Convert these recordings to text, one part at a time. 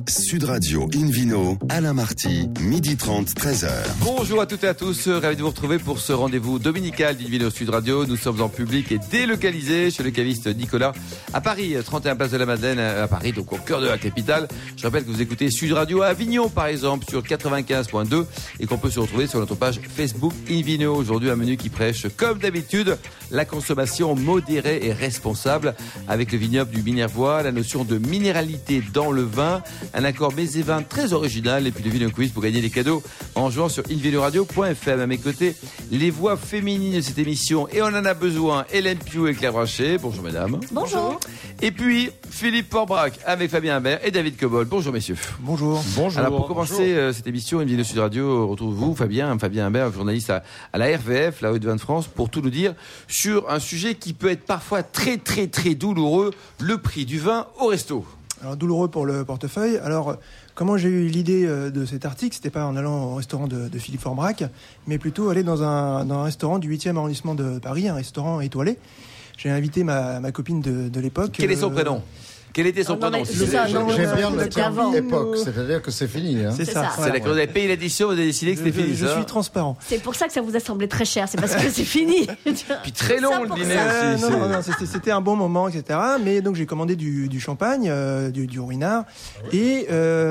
Sud Radio Invino, Alain Marty, 12h30, 13h. Bonjour à toutes et à tous, ravi de vous retrouver pour ce rendez-vous dominical d'Invino Sud Radio. Nous sommes en public et délocalisés chez le caviste Nicolas à Paris, 31 place de la Madeleine à Paris, donc au cœur de la capitale. Je rappelle que vous écoutez Sud Radio à Avignon par exemple sur 95.2 et qu'on peut se retrouver sur notre page Facebook Invino. Aujourd'hui un menu qui prêche comme d'habitude la consommation modérée et responsable avec le vignoble du Minervois, la notion de minéralité dans le vin, un accord mets et vin très original et puis le Vino Quiz pour gagner des cadeaux en jouant sur invinoradio.fm. À mes côtés, les voix féminines de cette émission et on en a besoin, Hélène Piou et Claire Brachet. Bonjour mesdames. Bonjour. Et puis Philippe Forbrac avec Fabien Imbert et David Cobol. Bonjour messieurs. Bonjour. Bonjour. Alors pour commencer cette émission Invino Sud Radio, retrouvez-vous Fabien Imbert, journaliste à la RVF, la Haute-Vin de France, pour tout nous dire sur un sujet qui peut être parfois très très très douloureux, le prix du vin au resto. Alors douloureux pour le portefeuille. Alors comment j'ai eu l'idée de cet article, c'était pas en allant au restaurant de Philippe Forbrac, mais plutôt aller dans un restaurant du 8e arrondissement de Paris, un restaurant étoilé. J'ai invité ma copine de l'époque. Quel est son prénom ? Quel était son prénom? J'aime bien le terme époque, c'est-à-dire que c'est fini. Hein. C'est ça. C'est là que vous avez payé l'addition, vous avez décidé que c'était fini. Je suis transparent. C'est pour ça que ça vous a semblé très cher, c'est parce que c'est fini. Puis très long le dîner aussi. Non, c'était un bon moment, etc. Mais donc j'ai commandé du champagne, du ruinard et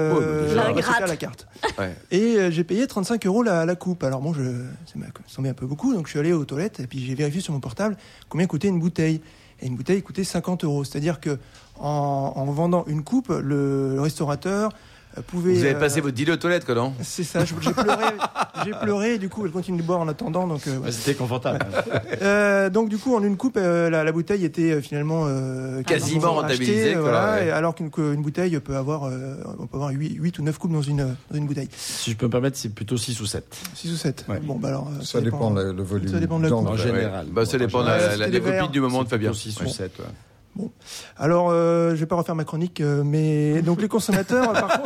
à la carte. Ouais. Et j'ai payé 35 € la coupe. Alors bon, ça m'a semblé un peu beaucoup, donc je suis allé aux toilettes et puis j'ai vérifié sur mon portable combien coûtait une bouteille. Et une bouteille coûtait 50 €. C'est-à-dire que en vendant une coupe, le restaurateur pouvait... Vous avez passé votre dîner aux toilettes, quoi, non? C'est ça, j'ai pleuré, et du coup, elle continue de boire en attendant. Donc, ouais. C'était confortable. Donc du coup, en une coupe, la bouteille était finalement... quasiment rentabilisée. Voilà, ouais. Alors qu'une bouteille peut avoir, on peut avoir 8 ou 9 coupes dans une bouteille. Si je peux me permettre, c'est plutôt 6 ou 7. 6 ou 7. Ouais. Bon, bah alors, ça dépend le volume. Ça dépend de la coupe. En général. Bah, ça dépend de la copine du moment de Fabien. 6 ou 7, ouais. Bon, alors je vais pas refaire ma chronique, mais donc les consommateurs, par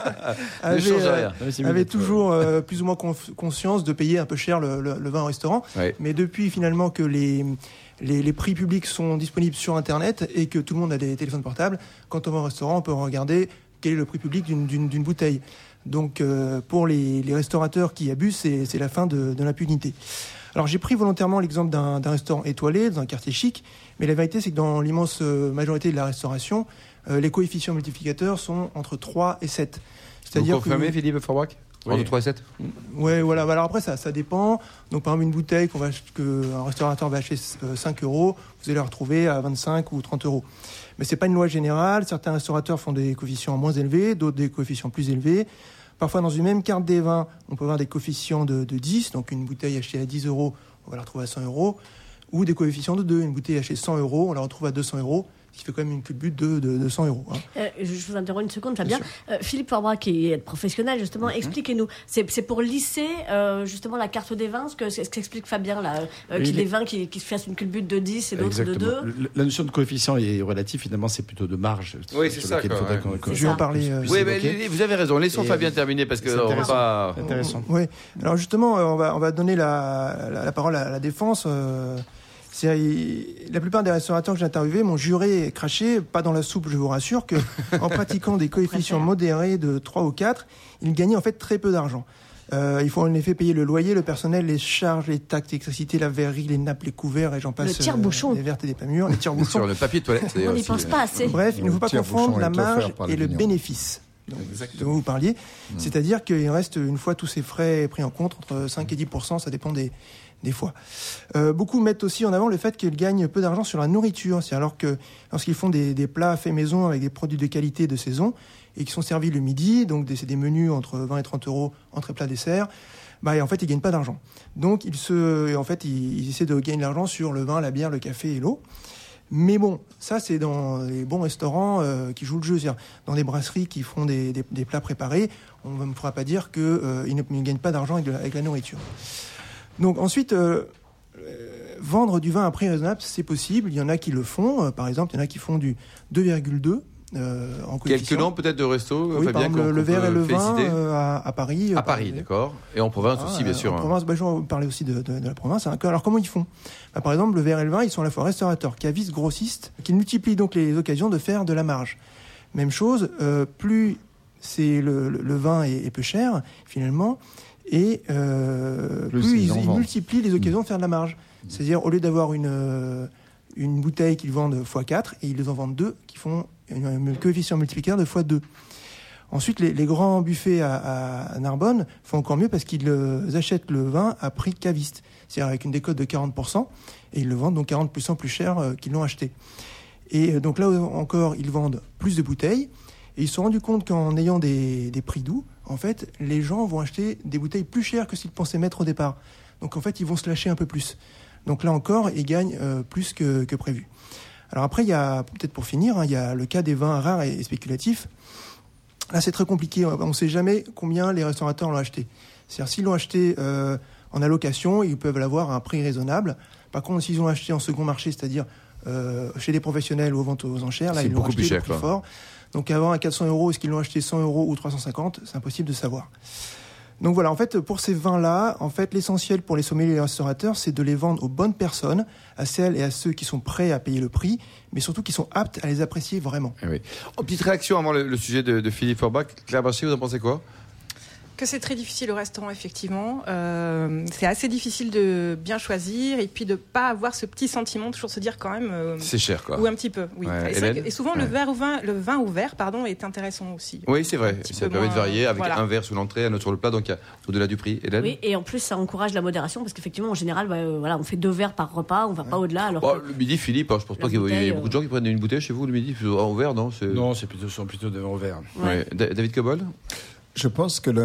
contre, avaient toujours plus ou moins conscience de payer un peu cher le vin au restaurant. Ouais. Mais depuis finalement que les prix publics sont disponibles sur Internet et que tout le monde a des téléphones portables, quand on va au restaurant, on peut regarder quel est le prix public d'une bouteille. Donc pour les restaurateurs qui abusent, c'est la fin de l'impunité. Alors j'ai pris volontairement l'exemple d'un restaurant étoilé dans un quartier chic, mais la vérité c'est que dans l'immense majorité de la restauration, les coefficients multiplicateurs sont entre 3 et 7. C'est-à-dire vous confirmez, Philippe Forbrac? Oui. Entre 3 et 7? Ouais, voilà. Alors après ça dépend. Donc par exemple une bouteille qu'un restaurateur va acheter 5 €, vous allez la retrouver à 25 ou 30 €. Mais c'est pas une loi générale. Certains restaurateurs font des coefficients moins élevés, d'autres des coefficients plus élevés. Parfois, dans une même carte des vins, on peut avoir des coefficients de 10, donc une bouteille achetée à 10 €, on va la retrouver à 100 €, ou des coefficients de 2, une bouteille achetée 100 €, on la retrouve à 200 €, ce qui fait quand même une culbute de 100 €. Hein. Je vous interromps une seconde, Fabien. Philippe Forbrac, qui est professionnel, justement, expliquez-nous. C'est pour lisser, justement, la carte des vins, ce qu'explique Fabien, là, qu'il y ait des vins qui se fassent une culbute de 10 et d'autres de 2. La notion de coefficient est relative, finalement, c'est plutôt de marge. Oui, c'est ça. Je vais en parler. Oui, mais vous avez raison. Laissons Fabien terminer parce que c'est on va pas... intéressant. Oui. Alors justement, on va donner la parole à la défense. La plupart des restaurateurs que j'ai interviewés m'ont juré et craché, pas dans la soupe, je vous rassure, que en pratiquant des coefficients modérés de 3 ou 4, ils gagnaient en fait très peu d'argent. Il faut en effet payer le loyer, le personnel, les charges, les taxes, l'électricité, la verrerie, les nappes, les couverts, et j'en passe. Le tire-bouchon. Les vertes et des pas mûres, les tire-bouchons. Sur le papier de toilette. On n'y pense pas assez. Bref, il ne faut pas confondre la marge et le bénéfice. Dont vous parliez. C'est-à-dire qu'il reste, une fois tous ces frais pris en compte, entre 5 et 10%, ça dépend des fois. Beaucoup mettent aussi en avant le fait qu'ils gagnent peu d'argent sur la nourriture. C'est alors que lorsqu'ils font des plats faits maison avec des produits de qualité de saison et qui sont servis le midi, donc c'est des menus entre 20 et 30 €, entrée, plat, dessert, en fait, ils gagnent pas d'argent. Donc, ils essaient de gagner de l'argent sur le vin, la bière, le café et l'eau. Mais bon, ça, c'est dans les bons restaurants qui jouent le jeu. C'est-à-dire dans des brasseries qui font des plats préparés, on ne me fera pas dire qu'ils ne gagnent pas d'argent avec la nourriture. Donc ensuite, vendre du vin à prix raisonnable, c'est possible. Il y en a qui le font. Par exemple, il y en a qui font du 2,2 en coefficient. Quelques noms peut-être de resto, oui, Fabien, par exemple, le verre et le vin à Paris. À Paris, d'accord. Et en province aussi, bien sûr. En province, je vais vous parler aussi de la province. Alors comment ils font ? Par exemple, le verre et le vin, ils sont à la fois restaurateurs, cavistes, grossistes, qui multiplient donc les occasions de faire de la marge. Même chose, plus c'est le vin est peu cher finalement, et plus ils multiplient les occasions de faire de la marge. C'est-à-dire, au lieu d'avoir une bouteille qu'ils vendent x4, et ils en vendent 2 qui font un coefficient multiplicateur de x2. Ensuite, les grands buffets à Narbonne font encore mieux parce qu'ils achètent le vin à prix caviste, c'est-à-dire avec une décote de 40%, et ils le vendent donc 40% plus cher qu'ils l'ont acheté. Et donc là encore, ils vendent plus de bouteilles, et ils se sont rendus compte qu'en ayant des prix doux, en fait, les gens vont acheter des bouteilles plus chères que ce qu'ils pensaient mettre au départ. Donc en fait, ils vont se lâcher un peu plus. Donc là encore, ils gagnent plus que prévu. Alors après, il y a, peut-être pour finir, il y a le cas des vins rares et spéculatifs. Là, c'est très compliqué. On ne sait jamais combien les restaurateurs l'ont acheté. C'est-à-dire, s'ils l'ont acheté en allocation, ils peuvent l'avoir à un prix raisonnable. Par contre, s'ils l'ont acheté en second marché, c'est-à-dire chez des professionnels ou aux ventes aux enchères, là, c'est ils l'ont beaucoup acheté plus cher, plus fort. Donc avant, à 400 €, est-ce qu'ils l'ont acheté 100 € ou 350 ? C'est impossible de savoir. Donc voilà, en fait, pour ces vins-là, en fait, l'essentiel pour les sommeliers et les restaurateurs, c'est de les vendre aux bonnes personnes, à celles et à ceux qui sont prêts à payer le prix, mais surtout qui sont aptes à les apprécier vraiment. Oui. Petite réaction avant le sujet de Philippe Forbach. Claire Bachet, vous en pensez quoi ? Que c'est très difficile au restaurant, effectivement. C'est assez difficile de bien choisir et puis de pas avoir ce petit sentiment, toujours se dire quand même. C'est cher, quoi. Ou un petit peu, oui. Ouais, et souvent, le vin ouvert, est intéressant aussi. Oui, c'est vrai. Ça permet de varier avec un verre sous l'entrée, un autre sur le plat, donc au-delà du prix. Hélène ? Oui, et en plus, ça encourage la modération parce qu'effectivement, en général, on fait 2 verres par repas, on va pas au-delà. Alors le midi, Philippe, je pense pas qu'il y ait beaucoup de gens qui prennent une bouteille chez vous le midi, en verre, non ? Non, sont plutôt des verres verre. Ouais. David Cobol ? Je pense que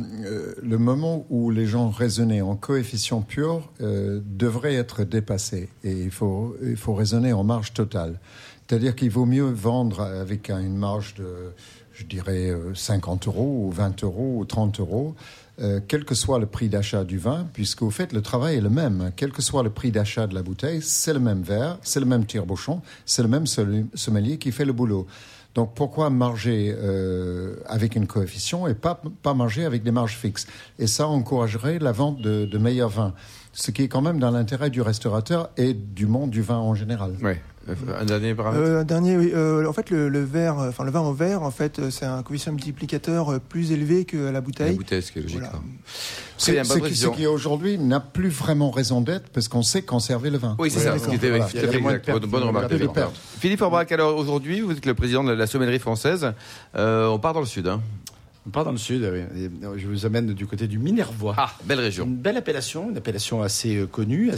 le moment où les gens raisonnaient en coefficient pur devrait être dépassé. Et il faut raisonner en marge totale. C'est-à-dire qu'il vaut mieux vendre avec une marge de, je dirais, 50 € ou 20 € ou 30 €, quel que soit le prix d'achat du vin, puisqu'au fait, le travail est le même. Quel que soit le prix d'achat de la bouteille, c'est le même verre, c'est le même tire-bouchon, c'est le même sommelier qui fait le boulot. Donc pourquoi marger avec une coefficient et pas marger avec des marges fixes ? Et ça encouragerait la vente de meilleurs vins, ce qui est quand même dans l'intérêt du restaurateur et du monde du vin en général. Oui. Un dernier paramètre. Oui. En fait, le vin en verre, en fait, c'est un coefficient multiplicateur plus élevé que la bouteille. La bouteille, ce qui est logique. Voilà. Ce qui aujourd'hui n'a plus vraiment raison d'être parce qu'on sait conserver le vin. Oui, c'est ça. Ce qui était exact. Bonne remarque. Philippe Forbach, alors aujourd'hui, vous êtes le président de la sommellerie française. On part dans le sud. On part dans le sud, oui. Je vous amène du côté du Minervois. Ah, belle région. Une belle appellation, assez connue,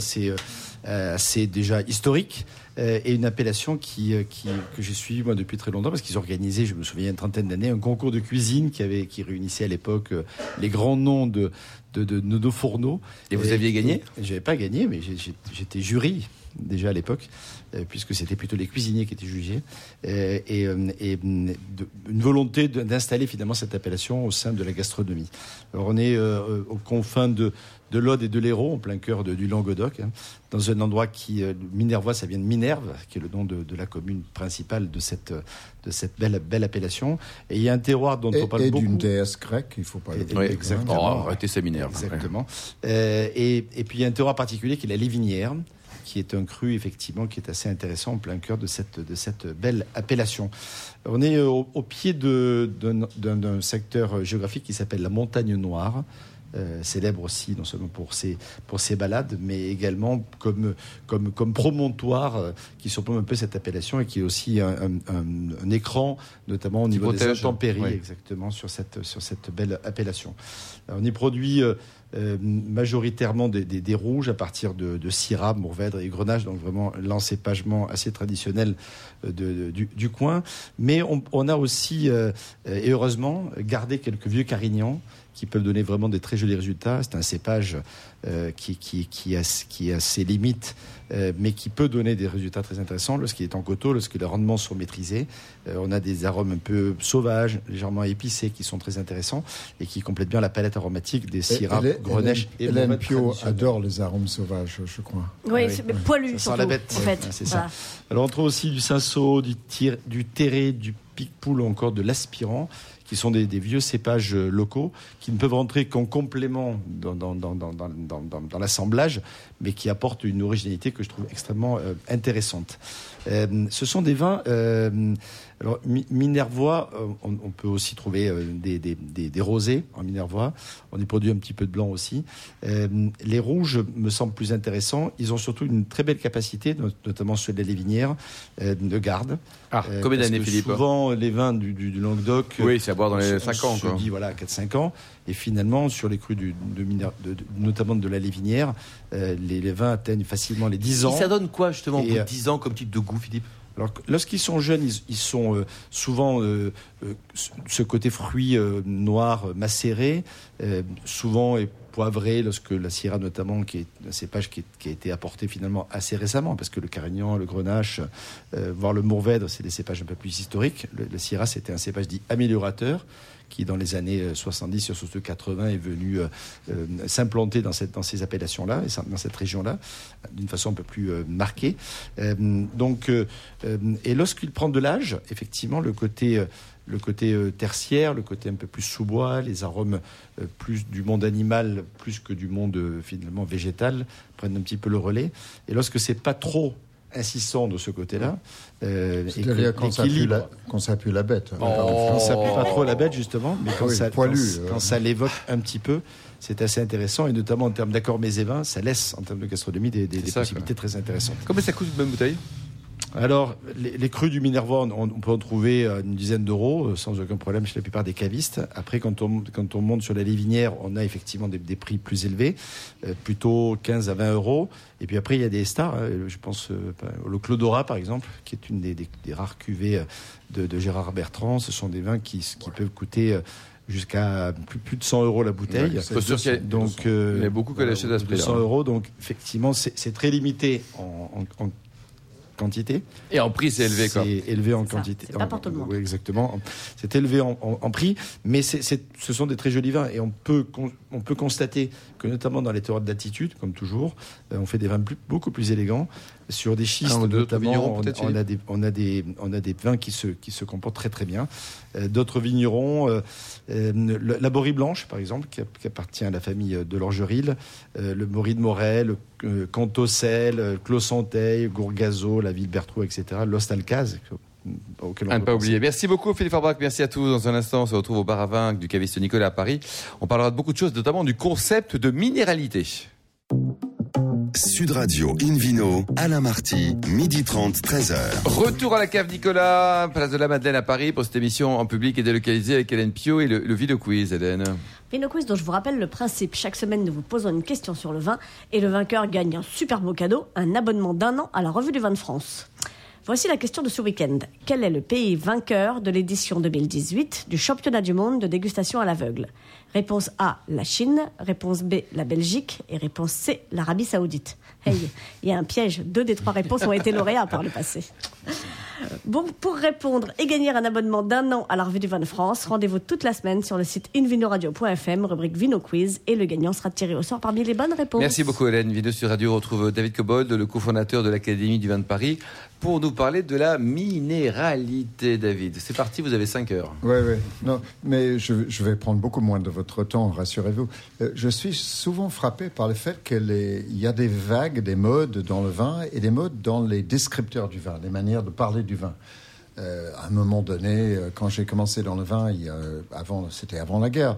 assez déjà historique, et une appellation que j'ai suivie moi depuis très longtemps parce qu'ils organisaient, je me souviens, une trentaine d'années, un concours de cuisine qui réunissait à l'époque les grands noms de nos fourneaux. Et vous aviez gagné ? J'avais pas gagné, mais j'étais jury déjà à l'époque, puisque c'était plutôt les cuisiniers qui étaient jugés, et une volonté d'installer finalement cette appellation au sein de la gastronomie. Alors on est aux confins de l'Aude et de l'Hérault, en plein cœur du Languedoc, dans un endroit Minervois, ça vient de Minerve, qui est le nom de la commune principale de cette belle appellation. Et il y a un terroir dont on parle beaucoup. Et d'une déesse grecque, il ne faut pas le dire. Oui, exactement. Arrêtez ces Minerve. Exactement. Et puis il y a un terroir particulier qui est la Lévinière, qui est un cru, effectivement, qui est assez intéressant en plein cœur de cette belle appellation. On est au pied d'un secteur géographique qui s'appelle la Montagne Noire, célèbre aussi non seulement pour ses balades, mais également comme promontoire qui surplombe un peu cette appellation et qui est aussi un écran, notamment au niveau des intempéries, exactement, sur cette belle appellation. Alors, on y produit majoritairement des rouges à partir de Syrah, Mourvèdre et Grenache, donc vraiment l'encépagement assez traditionnel du coin. Mais on a aussi, et heureusement, gardé quelques vieux Carignans qui peuvent donner vraiment des très jolis résultats. C'est un cépage qui a ses limites, mais qui peut donner des résultats très intéressants lorsqu'il est en coteau, lorsque les rendements sont maîtrisés. On a des arômes un peu sauvages, légèrement épicés, qui sont très intéressants et qui complètent bien la palette aromatique des Syrah, Grenache et Hélène Pio adore les arômes sauvages, je crois. Oui, c'est poilu, surtout, la bête, en fait. C'est ça. Alors on trouve aussi du cinsault, du terré, du Picpoul ou encore de l'Aspirant, qui sont des vieux cépages locaux, qui ne peuvent rentrer qu'en complément dans l'assemblage, mais qui apportent une originalité que je trouve extrêmement intéressante. Ce sont des vins... alors, minervois, on peut aussi trouver des rosés en minervois. On y produit un petit peu de blanc aussi. Les rouges me semblent plus intéressants. Ils ont surtout une très belle capacité, notamment ceux des Lévinières, de garde. Combien d'années, Philippe? Souvent, les vins du Languedoc... Oui, c'est à boire dans les 5 ans. On se dit, 4-5 ans. Et finalement, sur les crus notamment de la Lévinière, les vins atteignent facilement les 10 ans. Et ça donne quoi, justement, au bout de 10 ans, comme type de goût, Philippe? Alors, lorsqu'ils sont jeunes, ils sont souvent ce côté fruit noir macéré, souvent et poivré, lorsque la Syrah notamment, qui est un cépage qui a été apporté finalement assez récemment, parce que le Carignan, le Grenache, voire le Mourvèdre, c'est des cépages un peu plus historiques. Le Syrah, c'était un cépage dit améliorateur, qui dans les années 70 sur surtout 80 est venu s'implanter dans ces appellations-là, et dans cette région-là, d'une façon un peu plus marquée. Et lorsqu'il prend de l'âge, effectivement, le côté tertiaire, le côté un peu plus sous-bois, les arômes plus du monde animal, plus que du monde finalement végétal, prennent un petit peu le relais. Et lorsque c'est pas trop insistant de ce côté-là, c'est-à-dire quand ça pue la bête. Quand ça pue pas trop la bête, justement, mais quand ça l'évoque un petit peu, c'est assez intéressant, et notamment en termes d'accords mets et vins, ça laisse, en termes de gastronomie, des possibilités très intéressantes. Combien ça coûte une bonne bouteille? Alors, les crus du Minervois, on peut en trouver une dizaine d'euros, sans aucun problème chez la plupart des cavistes. Après, quand on monte sur la Lévinière, on a effectivement des prix plus élevés, plutôt 15 à 20 euros. Et puis après, il y a des stars. Je pense au Clodora, par exemple, qui est une des rares cuvées de Gérard Bertrand. Ce sont des vins qui peuvent coûter jusqu'à plus de 100 euros la bouteille. Donc, il y a beaucoup que l'achète à ce prix-là. 100 euros, donc effectivement, c'est très limité en quantité. Et en prix, c'est élevé, quoi. C'est élevé en quantité. C'est pas pour tout le monde. Oui, exactement. C'est élevé en prix, mais ce sont des très jolis vins. Et on peut constater que, notamment dans les terroirs d'altitude, comme toujours, on fait des vins beaucoup plus élégants. Sur des schistes, notamment, on a des vins qui se comportent très très bien. D'autres vignerons, la Borie Blanche, par exemple, qui appartient à la famille de l'Orgeril, le Maury de Morel, Cantocel, Clos-Santeil, Gourgazo, la ville Berthoud, etc., l'Ostalcaz. À ne pas oublier. Merci beaucoup, Philippe Forbach. Merci à tous. Dans un instant, on se retrouve au bar à vin du caviste Nicolas à Paris. On parlera de beaucoup de choses, notamment du concept de minéralité. Sud Radio Invino, Alain Marty, 12h30, 13h. Retour à la cave Nicolas, place de la Madeleine à Paris pour cette émission en public et délocalisée avec Hélène Pio et le Vino Quiz, Hélène. Vino Quiz dont je vous rappelle le principe. Chaque semaine, nous vous posons une question sur le vin et le vainqueur gagne un super beau cadeau, un abonnement d'1 an à la Revue du Vin de France. Voici la question de ce week-end. Quel est le pays vainqueur de l'édition 2018 du championnat du monde de dégustation à l'aveugle? Réponse A, la Chine. Réponse B, la Belgique. Et réponse C, l'Arabie Saoudite. Hey, il y a un piège. 2 des 3 réponses ont été lauréats par le passé. Bon, pour répondre et gagner un abonnement d'1 an à la Revue du Vin de France, rendez-vous toute la semaine sur le site invinoradio.fm, rubrique Vino Quiz, et le gagnant sera tiré au sort parmi les bonnes réponses. Merci beaucoup, Hélène. Vino Sud Radio retrouve David Cobold, le cofondateur de l'Académie du vin de Paris, pour nous parler de la minéralité, David. C'est parti, vous avez 5 heures. Oui. Non, mais je vais prendre beaucoup moins de votre temps, rassurez-vous. Je suis souvent frappé par le fait qu'il y a des vagues, des modes dans le vin et des modes dans les descripteurs du vin, les manières de parler du vin. À un moment donné, quand j'ai commencé dans le vin, c'était avant la guerre,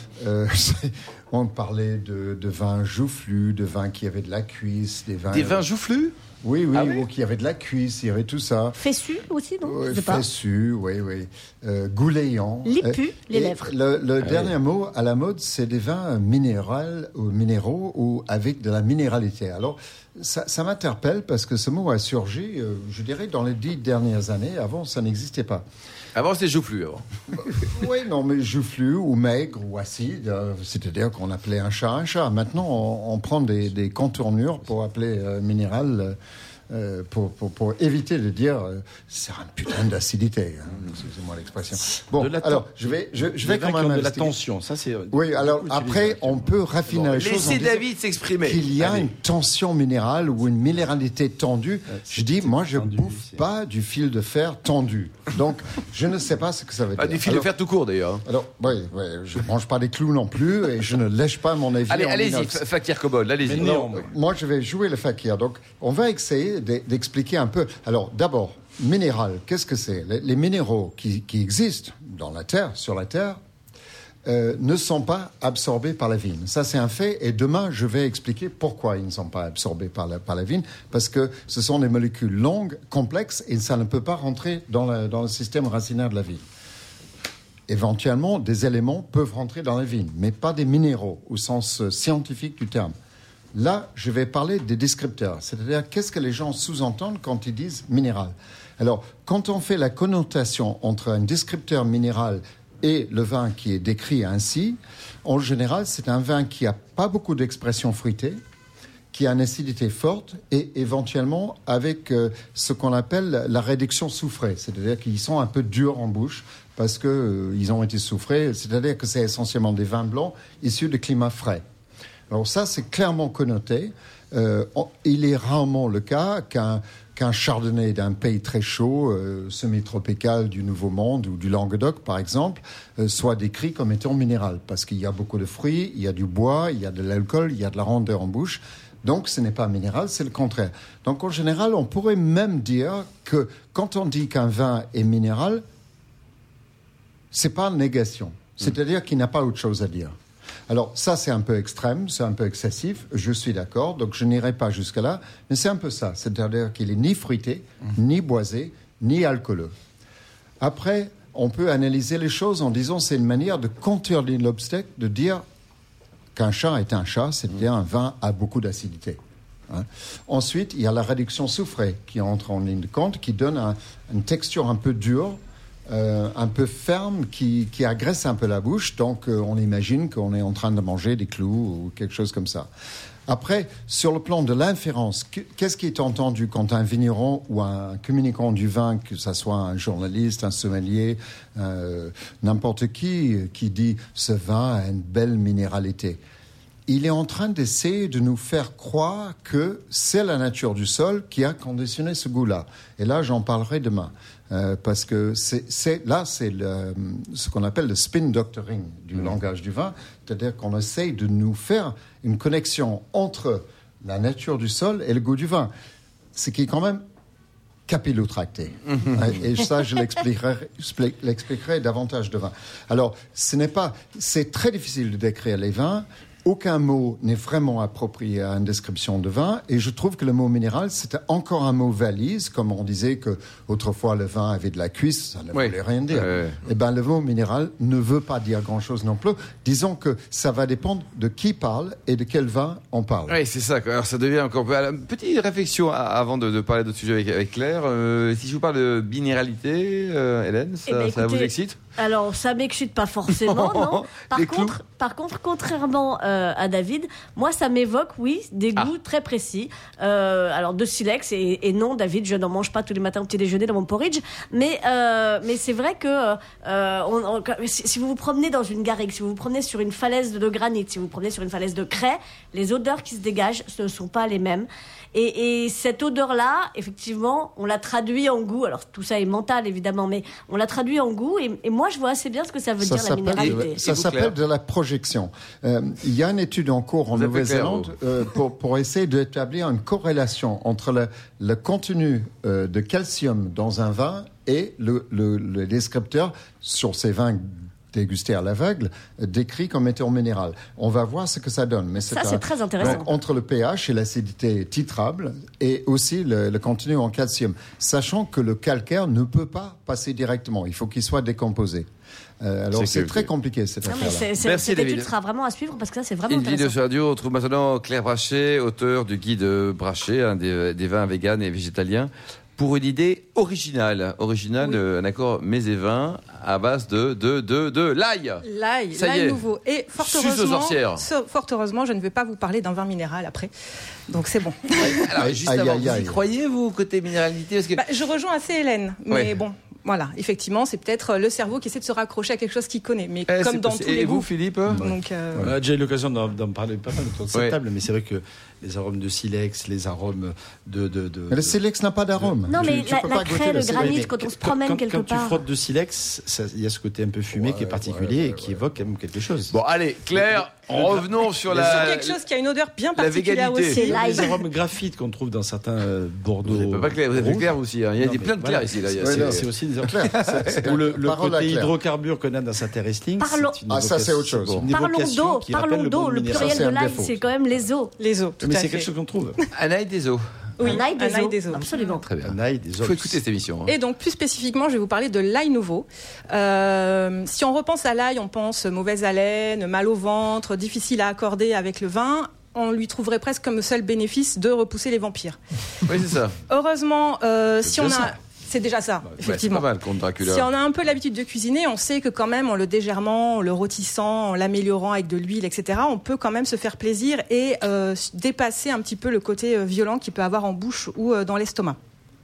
on parlait de vins joufflus, de vins qui avaient de la cuisse. Des vins joufflus ? Oui, ou qui avaient de la cuisse, il y avait tout ça. Fessus aussi, non ? Fessus, oui. Gouléant. Lipus, les lèvres. Le dernier mot à la mode, c'est des vins minéraux ou avec de la minéralité. Alors, ça m'interpelle parce que ce mot a surgi, je dirais, dans les 10 dernières années. Avant, ça n'existait pas. Avant, c'était joufflu, avant. Oui, non, mais joufflu ou maigre ou acide, c'est-à-dire qu'on appelait un chat un chat. Maintenant, on prend des contournures pour appeler minéral pour éviter de dire c'est un putain d'acidité. Excusez-moi l'expression. Bon, alors je vais quand même de la tension. Ça c'est. Oui, alors après on peut raffiner les choses. Laissez David s'exprimer. Qu'il y a une tension minérale ou une minéralité tendue. Je dis, moi je bouffe pas du fil de fer tendu. Donc je ne sais pas ce que ça veut dire. Du fil de fer tout court d'ailleurs. Alors oui, je mange pas des clous non plus et je ne lèche pas mon avis. Allez-y, Fakir Kobold, allez-y. Moi je vais jouer le fakir. Donc on va essayer d'expliquer un peu. Alors d'abord, minéral, qu'est-ce que c'est ? Les minéraux qui existent dans la Terre, sur la Terre, ne sont pas absorbés par la vigne. Ça, c'est un fait. Et demain, je vais expliquer pourquoi ils ne sont pas absorbés par la vigne. Parce que ce sont des molécules longues, complexes, et ça ne peut pas rentrer dans le système racinaire de la vigne. Éventuellement, des éléments peuvent rentrer dans la vigne, mais pas des minéraux, au sens scientifique du terme. Là, je vais parler des descripteurs, c'est-à-dire qu'est-ce que les gens sous-entendent quand ils disent minéral. Alors, quand on fait la connotation entre un descripteur minéral et le vin qui est décrit ainsi, en général, c'est un vin qui n'a pas beaucoup d'expression fruitée, qui a une acidité forte et éventuellement avec ce qu'on appelle la réduction soufrée, c'est-à-dire qu'ils sont un peu durs en bouche parce qu'ils ont été soufrés, c'est-à-dire que c'est essentiellement des vins blancs issus de climats frais. Alors ça, c'est clairement connoté. Il est rarement le cas qu'un chardonnay d'un pays très chaud, semi-tropical du Nouveau Monde ou du Languedoc, par exemple, soit décrit comme étant minéral. Parce qu'il y a beaucoup de fruits, il y a du bois, il y a de l'alcool, il y a de la rondeur en bouche. Donc, ce n'est pas minéral, c'est le contraire. Donc, en général, on pourrait même dire que quand on dit qu'un vin est minéral, c'est pas une négation. C'est-à-dire qu'il n'a pas autre chose à dire. Alors ça, c'est un peu extrême, c'est un peu excessif, je suis d'accord, donc je n'irai pas jusque-là, mais c'est un peu ça, c'est-à-dire qu'il est ni fruité, ni boisé, ni alcooleux. Après, on peut analyser les choses en disant c'est une manière de contourner l'obstacle, de dire qu'un chat est un chat, c'est-à-dire un vin à beaucoup d'acidité. Ensuite, il y a la réduction soufrée qui entre en ligne de compte, qui donne une texture un peu dure, un peu ferme qui agresse un peu la bouche, donc on imagine qu'on est en train de manger des clous ou quelque chose comme ça. Après, sur le plan de l'inférence, qu'est-ce qui est entendu quand un vigneron ou un communicant du vin, que ce soit un journaliste, un sommelier, n'importe qui dit « ce vin a une belle minéralité ». Il est en train d'essayer de nous faire croire que c'est la nature du sol qui a conditionné ce goût-là. Et là, j'en parlerai demain. Parce que c'est ce qu'on appelle le spin doctoring du langage du vin. C'est-à-dire qu'on essaye de nous faire une connexion entre la nature du sol et le goût du vin. Ce qui est quand même capillotracté. Et ça, je l'expliquerai davantage de vin. Alors, c'est très difficile de décrire les vins. Aucun mot n'est vraiment approprié à une description de vin, et je trouve que le mot minéral, c'était encore un mot valise, comme on disait que autrefois le vin avait de la cuisse, ça ne voulait rien dire. Eh ben, le mot minéral ne veut pas dire grand-chose non plus. Disons que ça va dépendre de qui parle et de quel vin on parle. Oui, c'est ça. Alors, ça devient encore... Petite réflexion avant de parler d'autres sujets avec Claire. Si je vous parle de minéralité, Hélène, ça vous excite ? Alors, ça m'excite pas forcément, non. Par contre, contrairement à David, moi, ça m'évoque, oui, des goûts très précis. Alors, de silex, et non, David, je n'en mange pas tous les matins au petit déjeuner dans mon porridge. Mais c'est vrai que si vous vous promenez dans une garrigue, si vous vous promenez sur une falaise de granit, si vous vous promenez sur une falaise de craie, les odeurs qui se dégagent, ce ne sont pas les mêmes. Et cette odeur-là, effectivement, on la traduit en goût. Alors, tout ça est mental, évidemment, mais on la traduit en goût. Et moi, je vois assez bien ce que ça veut dire, la minéralité. Ça s'appelle de la projection. Il y a une étude en cours en Nouvelle-Zélande pour essayer d'établir une corrélation entre le contenu de calcium dans un vin et le descripteur sur ces vins dégusté à l'aveugle, décrit comme étant minéral. On va voir ce que ça donne. Mais c'est très intéressant. Donc, entre le pH et l'acidité titrable et aussi le contenu en calcium, sachant que le calcaire ne peut pas passer directement. Il faut qu'il soit décomposé. Alors c'est très compliqué cette affaire-là. Cette étude sera vraiment à suivre parce que ça c'est vraiment intéressant. Vidéo sur radio, on trouve maintenant Claire Brachet, auteur du guide Brachet, des vins véganes et végétaliens. pour une idée originale, un accord mets et vin à base de l'ail. L'ail nouveau. Et fort heureusement, je ne vais pas vous parler d'un vin minéral après. Donc c'est bon. Alors justement, vous y croyez, vous, côté minéralité? Parce que... je rejoins assez Hélène, mais bon. Voilà, effectivement, c'est peut-être le cerveau qui essaie de se raccrocher à quelque chose qu'il connaît. Mais comme dans tous les goûts. Et vous, Philippe? Donc, on a déjà eu l'occasion d'en parler pas mal autour de cette table, mais c'est vrai que les arômes de silex, les arômes de... Mais le silex n'a pas d'arôme. Non, mais la craie, le granit, quand on se promène quelque part... Quand tu frottes de silex, il y a ce côté un peu fumé qui est particulier et qui évoque quand même quelque chose. Bon, allez, Claire, revenons sur quelque chose qui a une odeur bien particulière aussi. Les arômes graphites qu'on trouve dans certains Bordeaux. Vous n'êtes pas clair aussi. Il y a plein de clairs ici. C'est aussi des arômes clairs. Ou le côté hydrocarbure qu'on a dans sa terre Riesling. Ça, c'est autre chose. Parlons d'eau. Le pluriel de l'ail, c'est quand même les eaux. Les eaux, tout à fait. Mais c'est quelque chose qu'on trouve. Un ail des eaux. Oui, un ail des eaux. Absolument. Très bien. Un ail des eaux. Il faut écouter cette émission. Et donc, plus spécifiquement, je vais vous parler de l'ail nouveau. Si on repense à l'ail, on pense mauvaise haleine, mal au ventre, difficile à accorder avec le vin. On lui trouverait presque comme seul bénéfice de repousser les vampires. Oui, c'est ça. Heureusement, si on a... C'est déjà ça, effectivement. C'est pas mal, contre Dracula. Si on a un peu l'habitude de cuisiner, on sait que quand même, en le dégèrement, en le rôtissant, en l'améliorant avec de l'huile, etc., on peut quand même se faire plaisir et dépasser un petit peu le côté violent qu'il peut avoir en bouche ou dans l'estomac.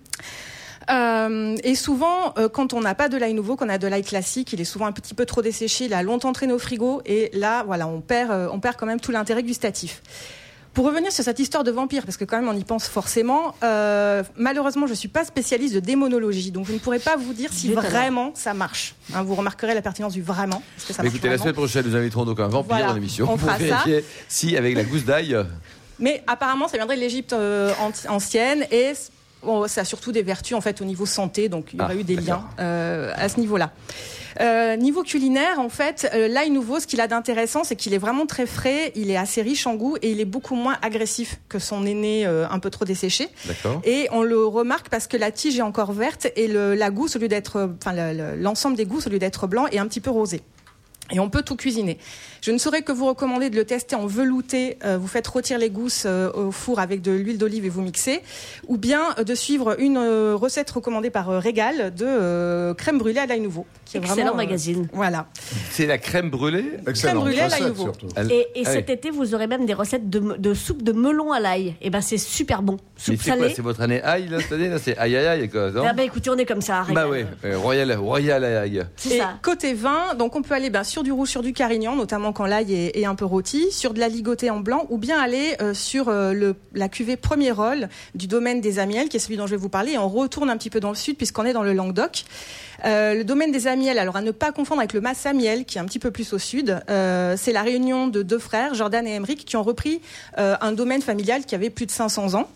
Et souvent, quand on n'a pas de l'ail nouveau, qu'on a de l'ail classique, il est souvent un petit peu trop desséché, il a longtemps traîné au frigo, et là, voilà, on perd quand même tout l'intérêt gustatif. Pour revenir sur cette histoire de vampire, parce que quand même on y pense forcément, malheureusement je ne suis pas spécialiste de démonologie, donc je ne pourrais pas vous dire si vraiment ça marche. Vous remarquerez la pertinence du vraiment. Parce que ça marche écoutez, vraiment. la semaine prochaine nous inviterons donc un vampire dans l'émission pour vérifier si avec la gousse d'ail... Mais apparemment ça viendrait de l'Égypte ancienne et... Bon, ça a surtout des vertus en fait au niveau santé, donc il y aurait eu des liens à ce niveau-là. Niveau culinaire, en fait, l'ail nouveau, ce qu'il a d'intéressant, c'est qu'il est vraiment très frais, il est assez riche en goût et il est beaucoup moins agressif que son aîné un peu trop desséché. D'accord. Et on le remarque parce que la tige est encore verte et la gousse, au lieu d'être, l'ensemble des gousses, au lieu d'être blanc, est un petit peu rosé. Et on peut tout cuisiner. Je ne saurais que vous recommander de le tester en velouté. Vous faites rôtir les gousses au four avec de l'huile d'olive et vous mixez. Ou bien de suivre une recette recommandée par Régal de crème brûlée à l'ail nouveau. Excellent magazine. Voilà. C'est la crème brûlée. Crème brûlée à l'ail nouveau. Et cet été, vous aurez même des recettes de soupe de melon à l'ail. Et ben c'est super bon. Soupe salée. C'est votre année ail là cette année là, c'est aïe quoi. Non écoutez, on est comme ça. Régal. Bah ouais, royal ail. C'est ça. Côté vin, donc on peut aller sur du rouge, sur du carignan, notamment quand l'ail est un peu rôti, sur de la ligotée en blanc, ou bien aller sur la cuvée Premier Rôle du domaine des Amiels, qui est celui dont je vais vous parler, et on retourne un petit peu dans le sud puisqu'on est dans le Languedoc. Le domaine des Amiels, alors à ne pas confondre avec le Massamiel, qui est un petit peu plus au sud, c'est la réunion de deux frères, Jordan et Emeric, qui ont repris un domaine familial qui avait plus de 500 ans.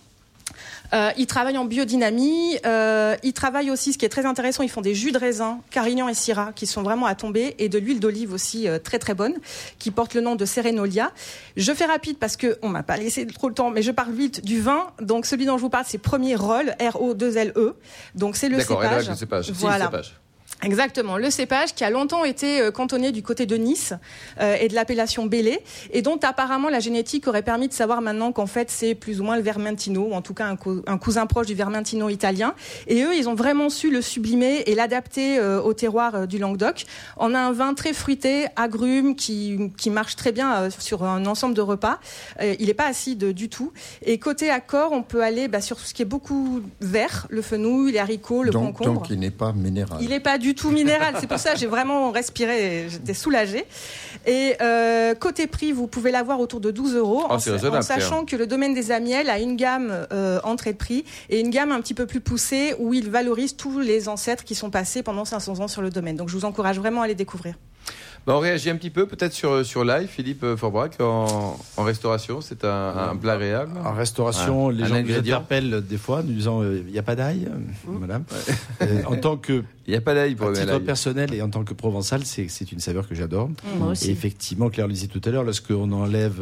Ils travaillent en biodynamie, ils travaillent aussi, ce qui est très intéressant, ils font des jus de raisin, Carignan et Syrah, qui sont vraiment à tomber, et de l'huile d'olive aussi très très bonne, qui porte le nom de Serenolia. Je fais rapide parce qu'on m'a pas laissé trop le temps, mais je parle vite du vin. Donc celui dont je vous parle, c'est Premier Rôle, R-O-2-L-E. Donc c'est le cépage. D'accord, et là, le cépage. Voilà. Si, le cépage. Exactement, le cépage qui a longtemps été cantonné du côté de Nice et de l'appellation Bélé, et dont apparemment la génétique aurait permis de savoir maintenant qu'en fait c'est plus ou moins le Vermentino, ou en tout cas un cousin proche du Vermentino italien. Et eux, ils ont vraiment su le sublimer et l'adapter au terroir du Languedoc. On a un vin très fruité, agrume, qui marche très bien sur un ensemble de repas. Il n'est pas acide du tout. Et côté accord, on peut aller sur ce qui est beaucoup vert, le fenouil, les haricots, le concombre. Donc il n'est pas minéral. Il n'est pas du tout minéral, c'est pour ça que j'ai vraiment respiré, j'étais soulagée. Et côté prix, vous pouvez l'avoir autour de 12 €, en sachant que le domaine des Amiels a une gamme entrée de prix et une gamme un petit peu plus poussée où il valorise tous les ancêtres qui sont passés pendant 500 ans sur le domaine. Donc je vous encourage vraiment à les découvrir. On réagit un petit peu peut-être sur l'ail, Philippe Forbrac, en restauration, c'est un plat agréable. En restauration, les gens nous interpellent des fois, nous disant il n'y a pas d'ail, madame. En tant que il n'y a pas d'ail pour à titre personnel et en tant que provençal, c'est une saveur que j'adore. Moi aussi. Et effectivement, Claire le disait tout à l'heure, lorsqu'on enlève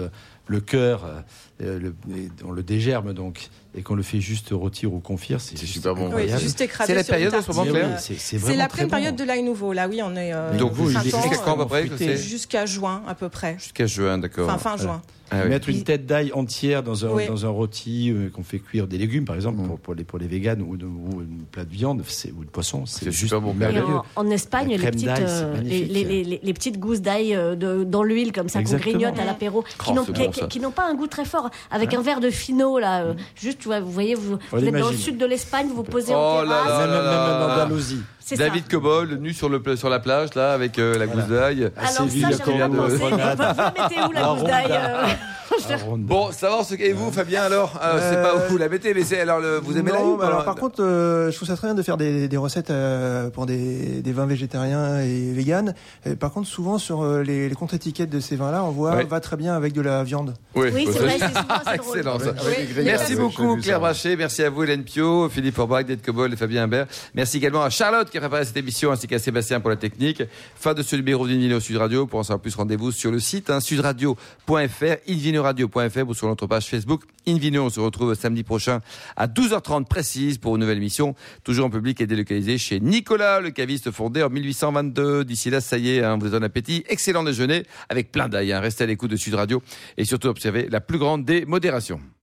le cœur, on le dégerme donc, et qu'on le fait juste rôtir ou confire, c'est super bon. Oui, juste écrasé. C'est la période en ce moment, Claire. C'est la pleine période de l'ail nouveau. Là, oui, on est. Donc vous, jusqu'à quand à peu près? Jusqu'à juin à peu près. Jusqu'à juin, d'accord. Fin juin. Mettre une tête d'ail entière dans un rôti qu'on fait cuire des légumes, par exemple, pour les véganes ou une plat de viande ou de poisson, c'est juste bon. merveilleux. En Espagne, les petites gousses d'ail dans l'huile comme ça qu'on grignote à l'apéro, qui n'ont pas un goût très fort, avec un verre de Fino là, juste vous voyez, vous êtes dans le sud de l'Espagne, vous vous posez en terrasse. Même en Andalousie. David Cobol, nu sur la plage là avec la gousse d'ail. Alors ça, j'avais pas pensé. Vous la mettez où la gousse d'ail Bon, savoir ce qu'est vous, Fabien, alors c'est pas où vous la mettez, mais vous aimez l'ail ou pas? Alors par contre, je trouve ça très bien de faire des recettes pour des vins végétariens et véganes. Par contre, souvent sur les contre-étiquettes de ces vins-là, on voit va très bien avec de la viande. Oui, c'est vrai, c'est souvent assez drôle. Excellent ça. Merci beaucoup Claire Brachet, merci à vous Hélène Pio, Philippe Forbach, David Cobol et Fabien Imbert. Merci également à Charlotte qui a préparé cette émission, ainsi qu'à Sébastien pour la technique. Fin de ce numéro d'Invino Sud Radio. Pour en savoir plus, rendez-vous sur le site sudradio.fr, invinoradio.fr ou sur notre page Facebook Invino. On se retrouve samedi prochain à 12h30 précise pour une nouvelle émission, toujours en public et délocalisée chez Nicolas, le caviste fondé en 1822. D'ici là, ça y est, vous donne appétit. Excellent déjeuner avec plein d'ail. Restez à l'écoute de Sud Radio et surtout observez la plus grande des modérations.